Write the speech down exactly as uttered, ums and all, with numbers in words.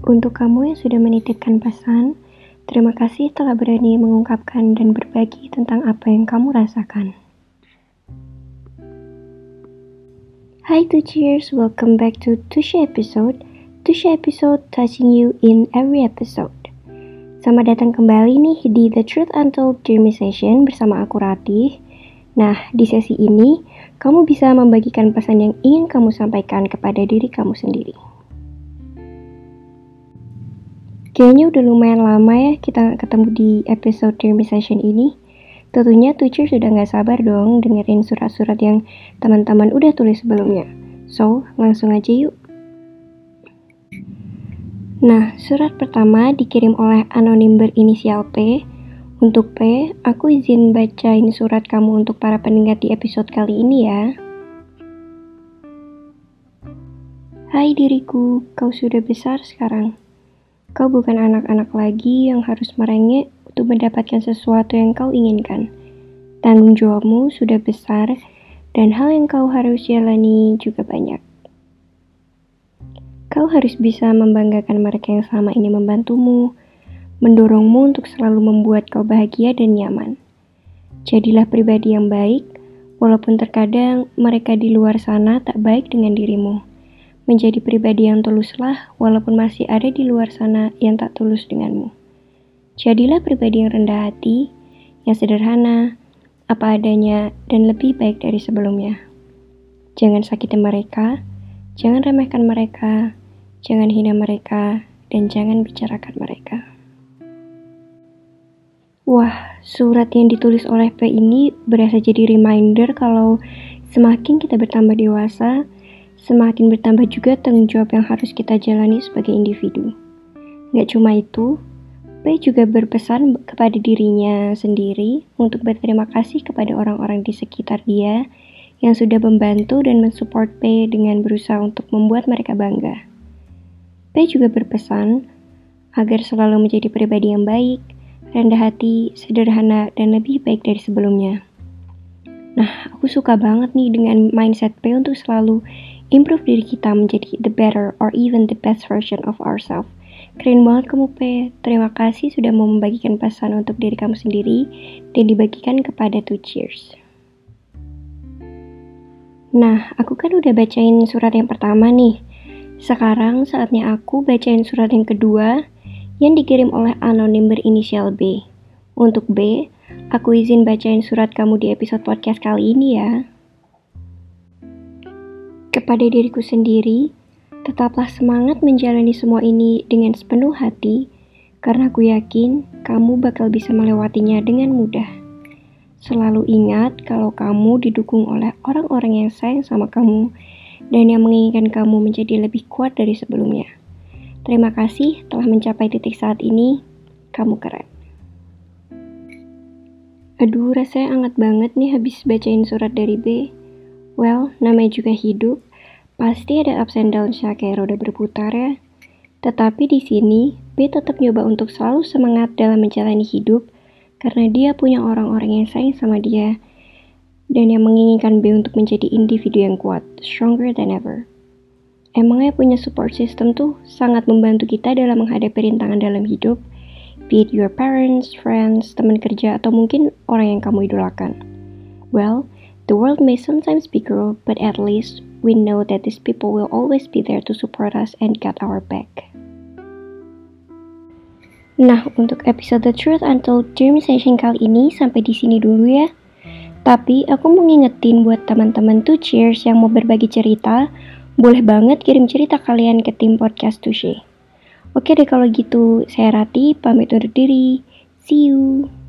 Untuk kamu yang sudah menitipkan pesan, terima kasih telah berani mengungkapkan dan berbagi tentang apa yang kamu rasakan. Hi to cheers, welcome back to Tushy episode. Tushy episode touching you in every episode. Selamat datang kembali nih di The Truth Untold Dreamy Session bersama aku Ratih. Nah, di sesi ini kamu bisa membagikan pesan yang ingin kamu sampaikan kepada diri kamu sendiri. Kayaknya udah lumayan lama ya kita ketemu di episode Dreamy Session ini. Tentunya Tucher sudah gak sabar dong dengerin surat-surat yang teman-teman udah tulis sebelumnya. So, langsung aja yuk. Nah, surat pertama dikirim oleh anonim berinisial P. Untuk P, aku izin bacain surat kamu untuk para pendengar di episode kali ini ya. Hai diriku, kau sudah besar sekarang. Kau bukan anak-anak lagi yang harus merengek untuk mendapatkan sesuatu yang kau inginkan. Tanggung jawabmu sudah besar dan hal yang kau harus jalani juga banyak. Kau harus bisa membanggakan mereka yang selama ini membantumu, mendorongmu untuk selalu membuat kau bahagia dan nyaman. Jadilah pribadi yang baik, walaupun terkadang mereka di luar sana tak baik dengan dirimu. Menjadi pribadi yang tuluslah, walaupun masih ada di luar sana yang tak tulus denganmu. Jadilah pribadi yang rendah hati, yang sederhana, apa adanya, dan lebih baik dari sebelumnya. Jangan sakiti mereka, jangan remehkan mereka, jangan hina mereka, dan jangan bicarakan mereka. Wah, surat yang ditulis oleh P ini berasa jadi reminder kalau semakin kita bertambah dewasa, semakin bertambah juga tanggung jawab yang harus kita jalani sebagai individu. Gak cuma itu, P juga berpesan kepada dirinya sendiri untuk berterima kasih kepada orang-orang di sekitar dia yang sudah membantu dan mensupport P dengan berusaha untuk membuat mereka bangga. P juga berpesan agar selalu menjadi pribadi yang baik, rendah hati, sederhana, dan lebih baik dari sebelumnya. Nah, aku suka banget nih dengan mindset P untuk selalu improve diri kita menjadi the better or even the best version of ourselves. Keren banget kamu P. Terima kasih sudah mau membagikan pesan untuk diri kamu sendiri dan dibagikan kepada two cheers. Nah, aku kan udah bacain surat yang pertama nih. Sekarang saatnya aku bacain surat yang kedua yang dikirim oleh anonim berinisial B. Untuk B, aku izin bacain surat kamu di episode podcast kali ini ya. Kepada diriku sendiri, tetaplah semangat menjalani semua ini dengan sepenuh hati, karena aku yakin kamu bakal bisa melewatinya dengan mudah. Selalu ingat kalau kamu didukung oleh orang-orang yang sayang sama kamu dan yang menginginkan kamu menjadi lebih kuat dari sebelumnya. Terima kasih telah mencapai titik saat ini, kamu keren. Aduh, rasanya hangat banget nih habis bacain surat dari B. Well, namanya juga hidup, pasti ada ups and downs-nya kayak roda berputar ya. Tetapi di sini, B tetap nyoba untuk selalu semangat dalam menjalani hidup karena dia punya orang-orang yang sayang sama dia dan yang menginginkan B untuk menjadi individu yang kuat, stronger than ever. Emangnya punya support system tuh sangat membantu kita dalam menghadapi rintangan dalam hidup, be it your parents, friends, teman kerja, atau mungkin orang yang kamu idolakan. Well, the world may sometimes be cruel, but at least we know that these people will always be there to support us and got our back. Nah, untuk episode The Truth Untold Dreamy Session kali ini sampai di sini dulu ya. Tapi aku mau ngingetin buat teman-teman two cheers yang mau berbagi cerita, boleh banget kirim cerita kalian ke tim podcast Tushy. Oke deh kalau gitu, saya Rati pamit undur diri. See you.